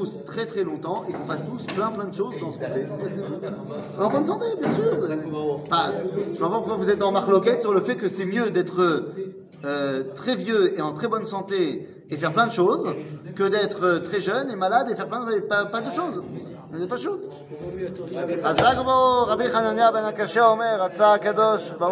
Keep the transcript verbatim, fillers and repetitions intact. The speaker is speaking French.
tous très très longtemps et qu'on fasse tous plein plein de choses dans ce qu'on fait. En bonne santé, bien sûr. Enfin, je vois pas pourquoi vous êtes en marloquette sur le fait que c'est mieux d'être euh, très vieux et en très bonne santé et faire plein de choses que d'être très jeune et malade et faire plein de, pas, pas de choses. C'est pas chaud. אז רק בו רבי חנניה בן הקשה אומר, רצה הקדוש